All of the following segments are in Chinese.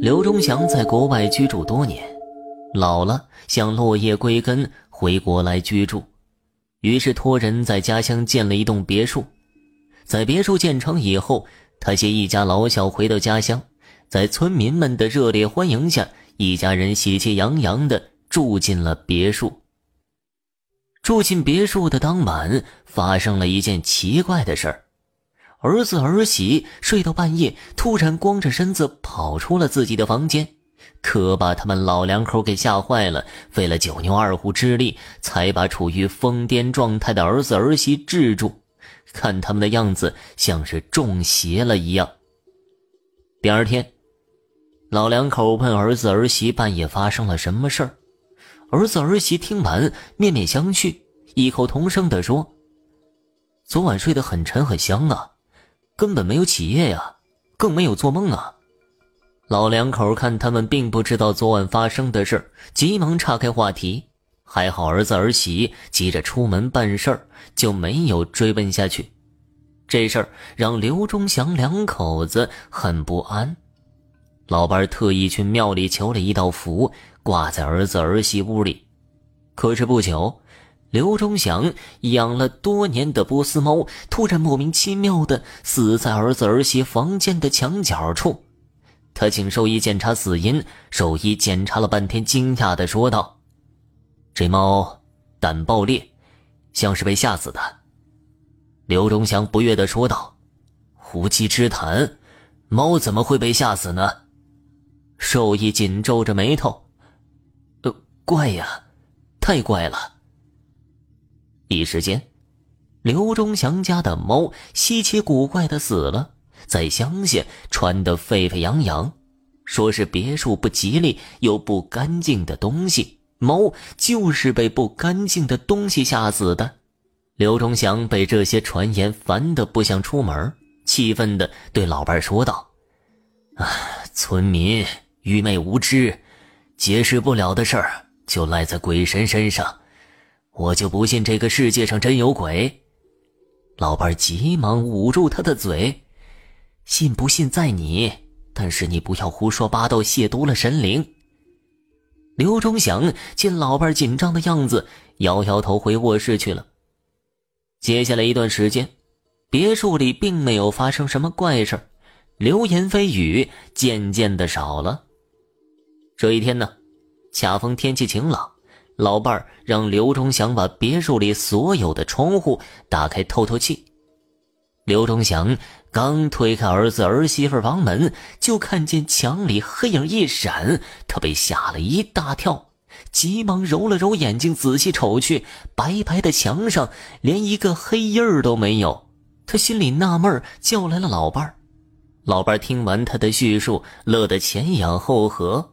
刘忠祥在国外居住多年，老了想落叶归根，回国来居住，于是托人在家乡建了一栋别墅。在别墅建成以后，他携一家老小回到家乡，在村民们的热烈欢迎下，一家人喜气洋洋地住进了别墅。住进别墅的当晚，发生了一件奇怪的事儿。儿子儿媳睡到半夜，突然光着身子跑出了自己的房间，可把他们老两口给吓坏了，费了九牛二虎之力，才把处于疯癫状态的儿子儿媳制住。看他们的样子，像是中邪了一样。第二天，老两口问儿子儿媳半夜发生了什么事儿。儿子儿媳听完面面相觑，异口同声地说：昨晚睡得很沉很香啊，根本没有起夜呀，更没有做梦啊。老两口看他们并不知道昨晚发生的事，急忙岔开话题。还好儿子儿媳急着出门办事儿，就没有追问下去。这事儿让刘忠祥两口子很不安。老伴特意去庙里求了一道符，挂在儿子儿媳屋里。可是不久，刘忠祥养了多年的波斯猫突然莫名其妙地死在儿子儿媳房间的墙角处。他请兽医检查死因，兽医检查了半天，惊讶地说道：这猫胆爆裂，像是被吓死的。刘忠祥不悦地说道：无稽之谈，猫怎么会被吓死呢？兽医紧皱着眉头：怪呀，太怪了。一时间，刘忠祥家的猫稀奇古怪的死了，在乡下传得沸沸扬扬，说是别墅不吉利，有不干净的东西，猫就是被不干净的东西吓死的。刘忠祥被这些传言烦得不想出门，气愤地对老伴说道：村民愚昧无知，解释不了的事儿就赖在鬼神身上，我就不信这个世界上真有鬼。老伴急忙捂住他的嘴：信不信在你，但是你不要胡说八道，亵渎了神灵。刘忠祥见老伴紧张的样子，摇摇头回卧室去了。接下来一段时间，别墅里并没有发生什么怪事，流言蜚语渐渐的少了。这一天呢，恰逢天气晴朗，老伴让刘忠祥把别墅里所有的窗户打开透透气。刘忠祥刚推开儿子儿媳妇房门，就看见墙里黑影一闪，他被吓了一大跳，急忙揉了揉眼睛，仔细瞅去，白白的墙上连一个黑印儿都没有。他心里纳闷，叫来了老伴儿。老伴儿听完他的叙述，乐得前仰后合。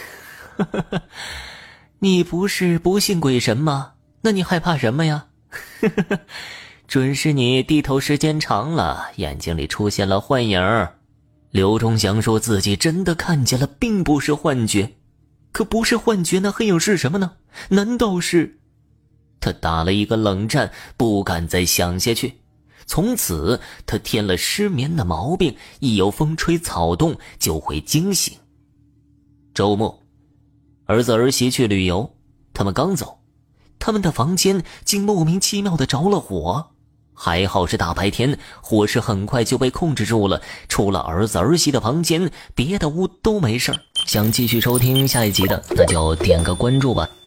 你不是不信鬼神吗？那你害怕什么呀？准是你低头时间长了，眼睛里出现了幻影。刘忠祥说自己真的看见了，并不是幻觉。可不是幻觉，那黑影是什么呢？难道是……他打了一个冷战，不敢再想下去。从此他添了失眠的毛病，一有风吹草动就会惊醒。周末，儿子儿媳去旅游，他们刚走，他们的房间竟莫名其妙地着了火。还好是大白天，火势很快就被控制住了，除了儿子儿媳的房间，别的屋都没事。想继续收听下一集的，那就点个关注吧。